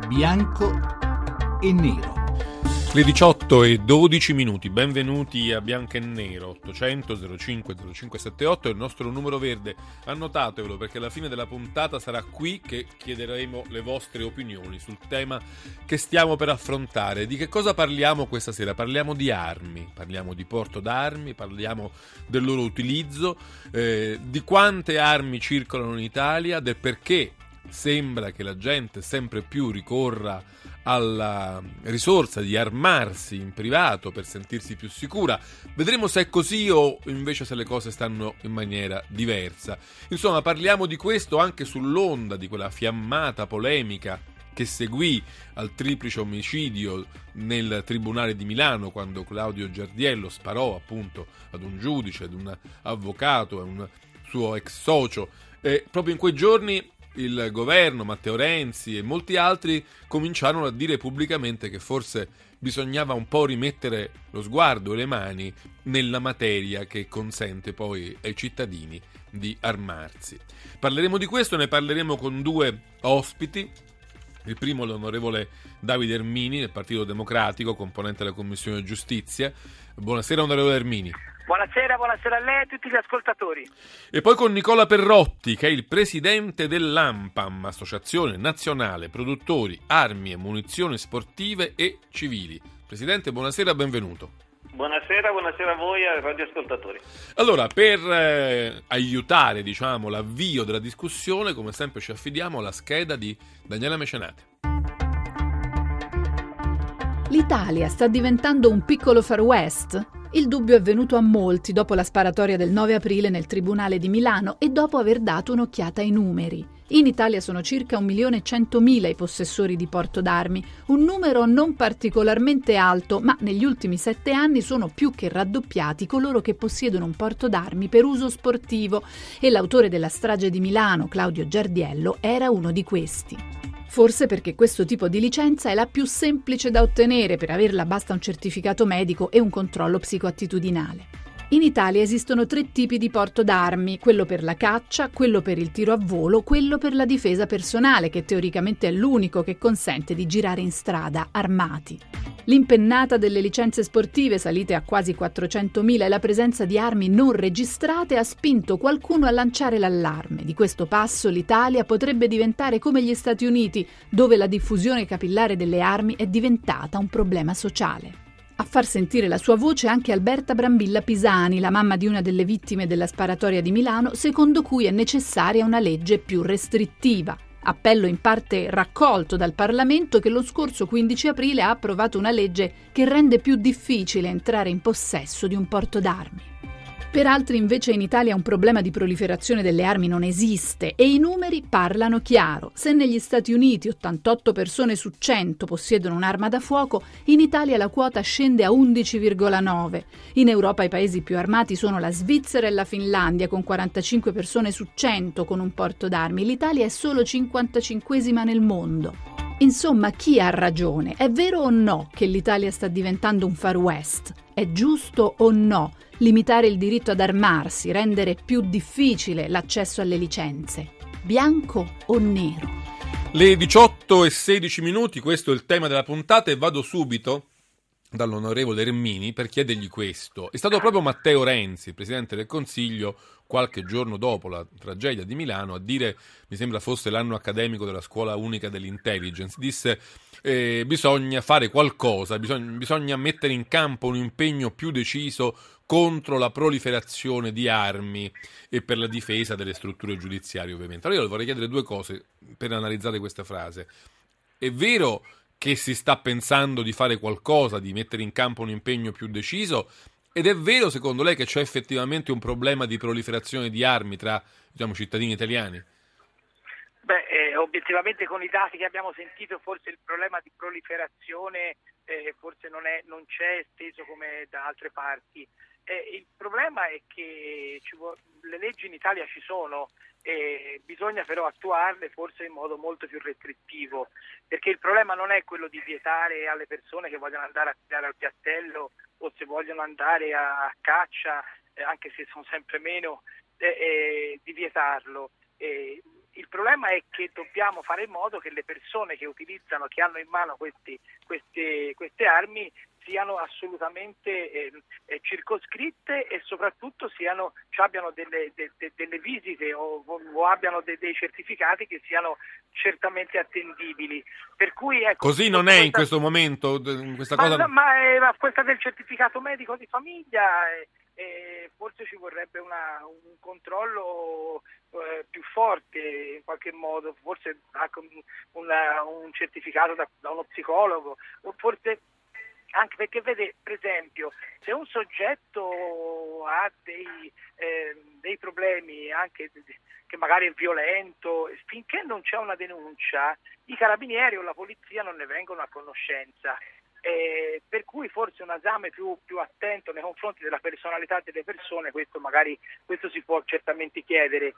bianco e nero. Le 18 e 12 minuti, benvenuti a Bianco e Nero. 800 05 0578 è il nostro numero verde, annotatevelo perché alla fine della puntata sarà qui che chiederemo le vostre opinioni sul tema che stiamo per affrontare. Di che cosa parliamo questa sera? Parliamo di armi, parliamo di porto d'armi, parliamo del loro utilizzo, di quante armi circolano in Italia, del perché sembra che la gente sempre più ricorra alla risorsa di armarsi in privato per sentirsi più sicura. Vedremo se è così o invece se le cose stanno in maniera diversa. Insomma, parliamo di questo anche sull'onda di quella fiammata polemica che seguì al triplice omicidio nel Tribunale di Milano, quando Claudio Giardiello sparò appunto ad un giudice, ad un avvocato, a un suo ex socio. Proprio in quei giorni il governo, Matteo Renzi e molti altri cominciarono a dire pubblicamente che forse bisognava un po' rimettere lo sguardo e le mani nella materia che consente poi ai cittadini di armarsi. Parleremo di questo, ne parleremo con due ospiti. Il primo è l'onorevole Davide Ermini del Partito Democratico, componente della Commissione Giustizia. Buonasera onorevole Ermini. Buonasera a lei e a tutti gli ascoltatori. E poi con Nicola Perrotti, che è il presidente dell'ANPAM, Associazione Nazionale Produttori Armi e Munizioni Sportive e Civili. Presidente, buonasera, benvenuto. Buonasera a voi e ai radioascoltatori. Allora, per aiutare, l'avvio della discussione, come sempre ci affidiamo alla scheda di Daniela Mecenate. L'Italia sta diventando un piccolo Far West? Il dubbio è venuto a molti dopo la sparatoria del 9 aprile nel Tribunale di Milano e dopo aver dato un'occhiata ai numeri. In Italia sono circa 1.100.000 i possessori di porto d'armi, un numero non particolarmente alto, ma negli ultimi 7 anni sono più che raddoppiati coloro che possiedono un porto d'armi per uso sportivo e l'autore della strage di Milano, Claudio Giardiello, era uno di questi. Forse perché questo tipo di licenza è la più semplice da ottenere, per averla basta un certificato medico e un controllo psicoattitudinale. In Italia esistono 3 tipi di porto d'armi, quello per la caccia, quello per il tiro a volo, quello per la difesa personale, che teoricamente è l'unico che consente di girare in strada armati. L'impennata delle licenze sportive, salite a quasi 400.000, e la presenza di armi non registrate ha spinto qualcuno a lanciare l'allarme. Di questo passo l'Italia potrebbe diventare come gli Stati Uniti, dove la diffusione capillare delle armi è diventata un problema sociale. A far sentire la sua voce anche Alberta Brambilla Pisani, la mamma di una delle vittime della sparatoria di Milano, secondo cui è necessaria una legge più restrittiva. Appello in parte raccolto dal Parlamento, che lo scorso 15 aprile ha approvato una legge che rende più difficile entrare in possesso di un porto d'armi. Per altri invece in Italia un problema di proliferazione delle armi non esiste e i numeri parlano chiaro. Se negli Stati Uniti 88 persone su 100 possiedono un'arma da fuoco, in Italia la quota scende a 11,9. In Europa i paesi più armati sono la Svizzera e la Finlandia, con 45 persone su 100 con un porto d'armi. L'Italia è solo 55esima nel mondo. Insomma, chi ha ragione? È vero o no che l'Italia sta diventando un Far West? È giusto o no limitare il diritto ad armarsi, rendere più difficile l'accesso alle licenze? Bianco o nero? Le 18 e 16 minuti, questo è il tema della puntata e vado subito dall'onorevole Ermini per chiedergli questo. È stato proprio Matteo Renzi, Presidente del Consiglio, qualche giorno dopo la tragedia di Milano, a dire, mi sembra fosse l'anno accademico della Scuola Unica dell'Intelligence, disse bisogna fare qualcosa, bisogna mettere in campo un impegno più deciso contro la proliferazione di armi e per la difesa delle strutture giudiziarie, ovviamente. Allora io vorrei chiedere 2 cose per analizzare questa frase. È vero che si sta pensando di fare qualcosa, di mettere in campo un impegno più deciso? Ed è vero, secondo lei, che c'è effettivamente un problema di proliferazione di armi tra, cittadini italiani? Obiettivamente con i dati che abbiamo sentito forse il problema di proliferazione forse non c'è esteso come da altre parti. Il problema è che le leggi in Italia ci sono, bisogna però attuarle forse in modo molto più restrittivo, perché il problema non è quello di vietare alle persone che vogliono andare a tirare al piattello o se vogliono andare a caccia, anche se sono sempre meno, di vietarlo. Il problema è che dobbiamo fare in modo che le persone che utilizzano, che hanno in mano queste armi, siano assolutamente circoscritte e soprattutto abbiano delle visite o abbiano dei certificati che siano certamente attendibili. Per cui, ecco, così non è in questo momento questa cosa. Ma questa del certificato medico di famiglia, forse ci vorrebbe un controllo più forte in qualche modo, forse anche un certificato da uno psicologo, o forse anche perché, vede, per esempio, se un soggetto ha dei problemi, anche che magari è violento, finché non c'è una denuncia, i carabinieri o la polizia non ne vengono a conoscenza. Per cui forse un esame più attento nei confronti della personalità delle persone, questo si può certamente chiedere.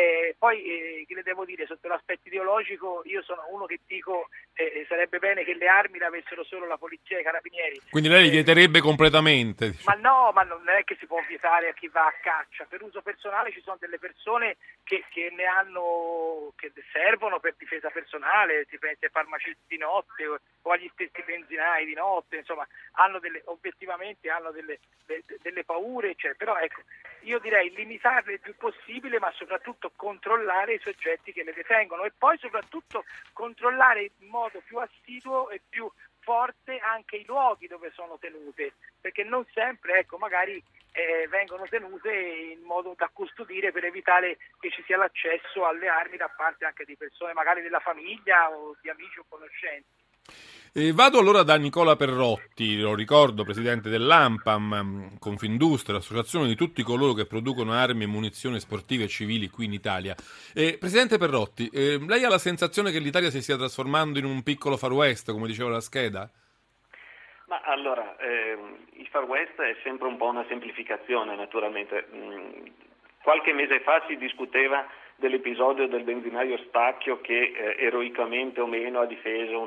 Poi che le devo dire, sotto l'aspetto ideologico, io sono uno che dico sarebbe bene che le armi le avessero solo la polizia e i carabinieri. Quindi lei li vieterebbe completamente? Ma no, ma non è che si può vietare a chi va a caccia. Per uso personale ci sono delle persone che ne hanno, che servono per difesa personale, si pensa ai farmacisti di notte o agli stessi benzinai di notte, insomma, obiettivamente hanno delle paure, cioè, però ecco, io direi limitarle il più possibile, ma soprattutto controllare i soggetti che le detengono e poi soprattutto controllare in modo più assiduo e più forte anche i luoghi dove sono tenute, perché non sempre, ecco, magari vengono tenute in modo da custodire per evitare che ci sia l'accesso alle armi da parte anche di persone magari della famiglia o di amici o conoscenti. Vado allora da Nicola Perrotti, lo ricordo, presidente dell'ANPAM, Confindustria, l'associazione di tutti coloro che producono armi e munizioni sportive e civili qui in Italia. Presidente Perrotti, lei ha la sensazione che l'Italia si stia trasformando in un piccolo Far West, come diceva la scheda? Ma allora, il Far West è sempre un po' una semplificazione, naturalmente. Qualche mese fa si discuteva dell'episodio del benzinaio Stacchio che eroicamente o meno ha difeso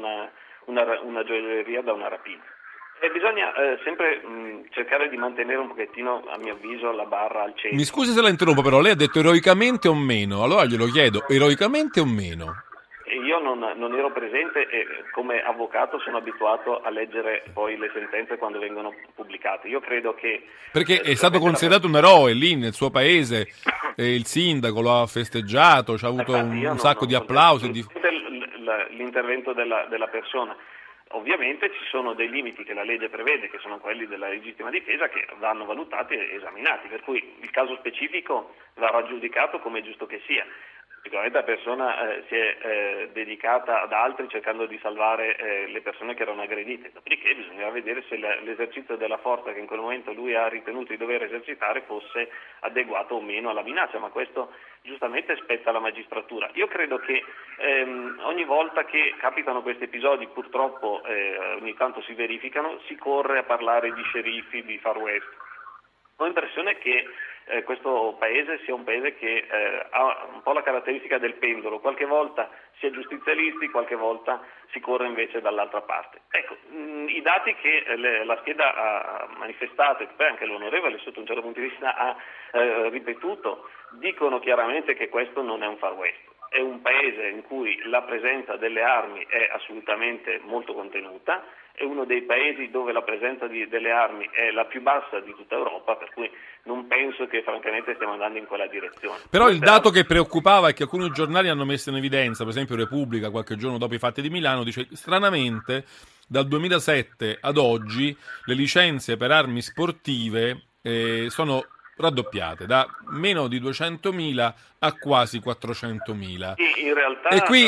una gioielleria da una rapina. E bisogna sempre cercare di mantenere un pochettino, a mio avviso, la barra al centro. Mi scusi se la interrompo, però lei ha detto eroicamente o meno, allora glielo chiedo, eroicamente o meno? Io non ero presente e come avvocato sono abituato a leggere poi le sentenze quando vengono pubblicate. Io credo che... Perché è stato considerato un eroe lì nel suo paese, il sindaco lo ha festeggiato, ci ha avuto un sacco di applausi. L'intervento della persona. Ovviamente ci sono dei limiti che la legge prevede, che sono quelli della legittima difesa, che vanno valutati e esaminati, per cui il caso specifico va giudicato come è giusto che sia. Sicuramente la persona si è dedicata ad altri cercando di salvare le persone che erano aggredite, dopodiché bisognava vedere se l'esercizio della forza che in quel momento lui ha ritenuto di dover esercitare fosse adeguato o meno alla minaccia, ma questo giustamente spetta alla magistratura. Io credo che ogni volta che capitano questi episodi, purtroppo ogni tanto si verificano, si corre a parlare di sceriffi, di Far West. Ho l'impressione che questo paese sia un paese che ha un po' la caratteristica del pendolo, qualche volta si è giustizialisti, qualche volta si corre invece dall'altra parte. Ecco, i dati che la scheda ha manifestato e poi anche l'onorevole sotto un certo punto di vista ha ripetuto, dicono chiaramente che questo non è un Far West. È un paese in cui la presenza delle armi è assolutamente molto contenuta, è uno dei paesi dove la presenza delle armi è la più bassa di tutta Europa, per cui non penso che francamente stiamo andando in quella direzione. Però il dato che preoccupava è che alcuni giornali hanno messo in evidenza, per esempio Repubblica qualche giorno dopo i fatti di Milano, dice stranamente dal 2007 ad oggi le licenze per armi sportive sono raddoppiate da meno di 200.000 a quasi 400.000. In realtà, e qui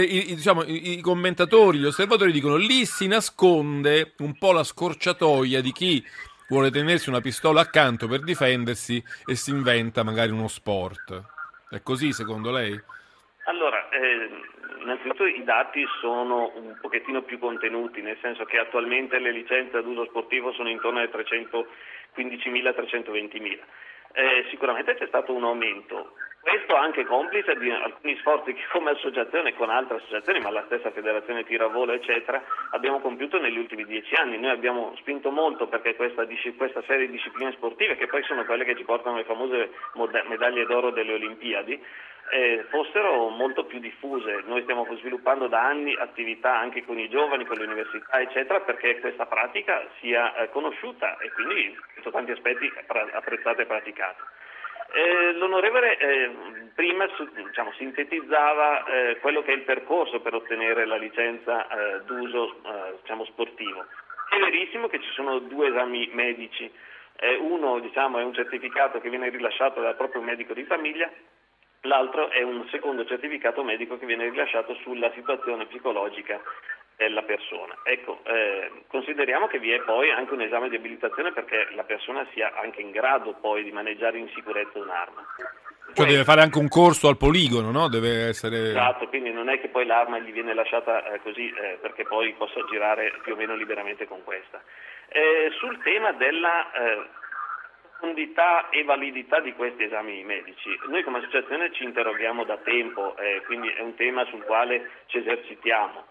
i commentatori, gli osservatori dicono lì si nasconde un po' la scorciatoia di chi vuole tenersi una pistola accanto per difendersi e si inventa magari uno sport. È così secondo lei? Allora, innanzitutto i dati sono un pochettino più contenuti, nel senso che attualmente le licenze ad uso sportivo sono intorno ai 315.000-320.000. Sicuramente c'è stato un aumento. Questo anche complice di alcuni sforzi che come associazione con altre associazioni, ma la stessa Federazione Tiro a Volo eccetera, abbiamo compiuto negli ultimi 10 anni. Noi abbiamo spinto molto perché questa serie di discipline sportive, che poi sono quelle che ci portano le famose medaglie d'oro delle Olimpiadi, fossero molto più diffuse. Noi stiamo sviluppando da anni attività anche con i giovani, con le università eccetera, perché questa pratica sia conosciuta e quindi sotto tanti aspetti apprezzata e praticata. L'onorevole prima sintetizzava quello che è il percorso per ottenere la licenza d'uso sportivo. È verissimo che ci sono 2 esami medici, uno è un certificato che viene rilasciato dal proprio medico di famiglia, l'altro è un secondo certificato medico che viene rilasciato sulla situazione psicologica della persona. Ecco, consideriamo che vi è poi anche un esame di abilitazione perché la persona sia anche in grado poi di maneggiare in sicurezza un'arma. Cioè deve fare anche un corso al poligono, no? Deve essere... Esatto, quindi non è che poi l'arma gli viene lasciata così perché poi possa girare più o meno liberamente con questa. Sul tema della profondità e validità di questi esami medici, noi come associazione ci interroghiamo da tempo, quindi è un tema sul quale ci esercitiamo.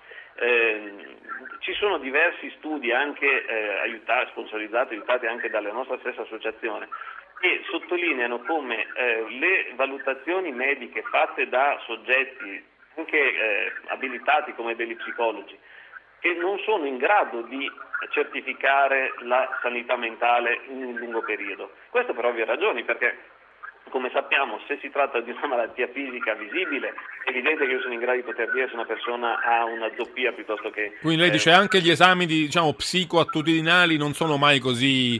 Ci sono diversi studi anche sponsorizzati, aiutati anche dalla nostra stessa associazione, che sottolineano come le valutazioni mediche fatte da soggetti anche abilitati come degli psicologi, che non sono in grado di certificare la sanità mentale in un lungo periodo. Questo per ovvie ragioni, perché come sappiamo, se si tratta di una malattia fisica visibile, è evidente che io sono in grado di poter dire se una persona ha una zoppia piuttosto che... Quindi lei dice anche gli esami psicoattitudinali non sono mai così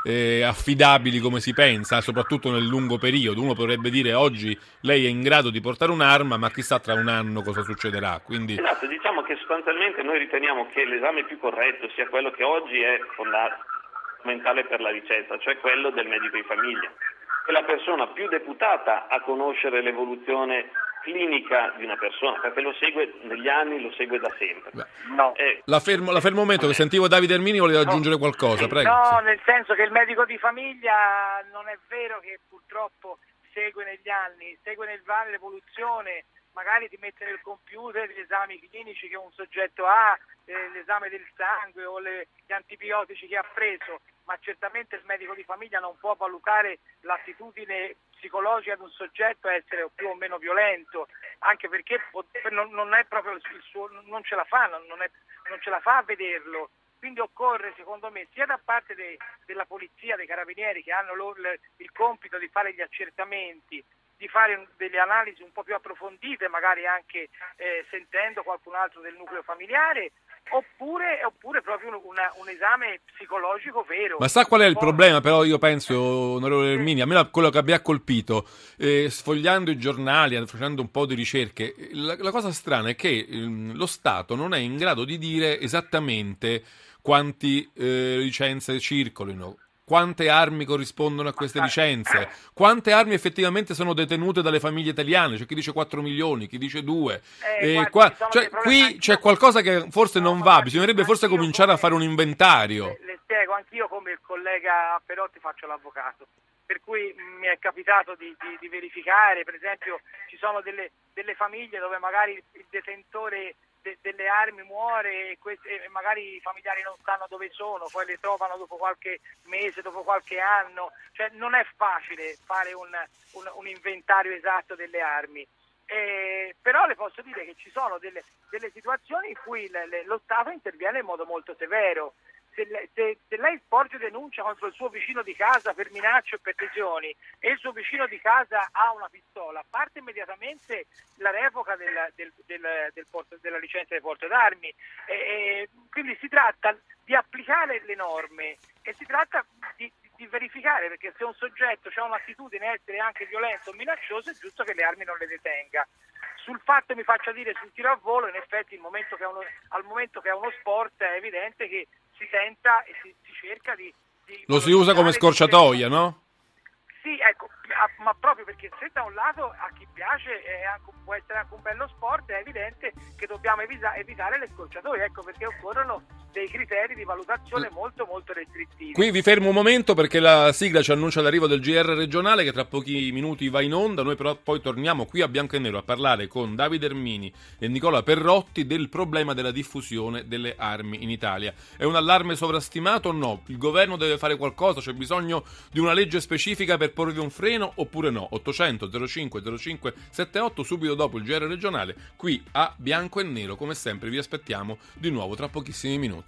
affidabili come si pensa, soprattutto nel lungo periodo. Uno potrebbe dire oggi lei è in grado di portare un'arma, ma chissà tra un anno cosa succederà. Quindi... Esatto, diciamo che sostanzialmente noi riteniamo che l'esame più corretto sia quello che oggi è fondamentale per la licenza, cioè quello del medico di famiglia. È la persona più deputata a conoscere l'evoluzione clinica di una persona, perché lo segue negli anni, lo segue da sempre. No. La fermo un momento, che sentivo Davide Ermini voleva aggiungere qualcosa, prego. No, nel senso che il medico di famiglia non è vero che purtroppo segue negli anni, segue nel valle l'evoluzione, magari ti mette nel computer gli esami clinici che un soggetto ha, l'esame del sangue o gli antibiotici che ha preso, ma certamente il medico di famiglia non può valutare l'attitudine psicologica di un soggetto a essere più o meno violento, anche perché non è proprio il suo, non ce la fa, non ce la fa a vederlo. Quindi occorre, secondo me, sia da parte della polizia, dei carabinieri che hanno il compito di fare gli accertamenti, di fare delle analisi un po' più approfondite, magari anche sentendo qualcun altro del nucleo familiare, oppure proprio un esame psicologico vero. Ma sa qual è il problema? Però io penso, onorevole Ermini, a me quello che mi ha colpito, sfogliando i giornali, facendo un po' di ricerche, la cosa strana è che lo Stato non è in grado di dire esattamente quanti licenze circolino, quante armi corrispondono a queste licenze, quante armi effettivamente sono detenute dalle famiglie italiane, c'è chi dice 4 milioni, chi dice 2. Qui c'è qualcosa che forse non va, bisognerebbe forse cominciare a fare un inventario. Le spiego, anch'io come il collega Perotti faccio l'avvocato, per cui mi è capitato di verificare, per esempio ci sono delle famiglie dove magari il detentore delle armi muore e magari i familiari non sanno dove sono, poi le trovano dopo qualche mese, dopo qualche anno, cioè non è facile fare un inventario esatto delle armi, però le posso dire che ci sono delle situazioni in cui lo Stato interviene in modo molto severo. Se lei sporge denuncia contro il suo vicino di casa per minacce o per lesioni e il suo vicino di casa ha una pistola, parte immediatamente la revoca della licenza di porto d'armi. Quindi si tratta di applicare le norme e si tratta di verificare, perché se un soggetto ha un'attitudine a essere anche violento o minaccioso è giusto che le armi non le detenga. Sul fatto, mi faccia dire, sul tiro a volo, in effetti al momento che è uno sport è evidente che si tenta e si cerca di lo si usa come scorciatoia, no? Sì, ecco, ma proprio perché se da un lato a chi piace può essere anche un bello sport, è evidente che dobbiamo evitare le scorciatoie, ecco perché occorrono dei criteri di valutazione molto molto restrittivi. Qui vi fermo un momento perché la sigla ci annuncia l'arrivo del GR regionale che tra pochi minuti va in onda. Noi però poi torniamo qui a Bianco e Nero a parlare con Davide Ermini e Nicola Perrotti del problema della diffusione delle armi in Italia. È un allarme sovrastimato o no? Il governo deve fare qualcosa? C'è bisogno di una legge specifica per porvi un freno oppure no? 800 05 05 78 subito dopo il GR regionale qui a Bianco e Nero. Come sempre vi aspettiamo di nuovo tra pochissimi minuti.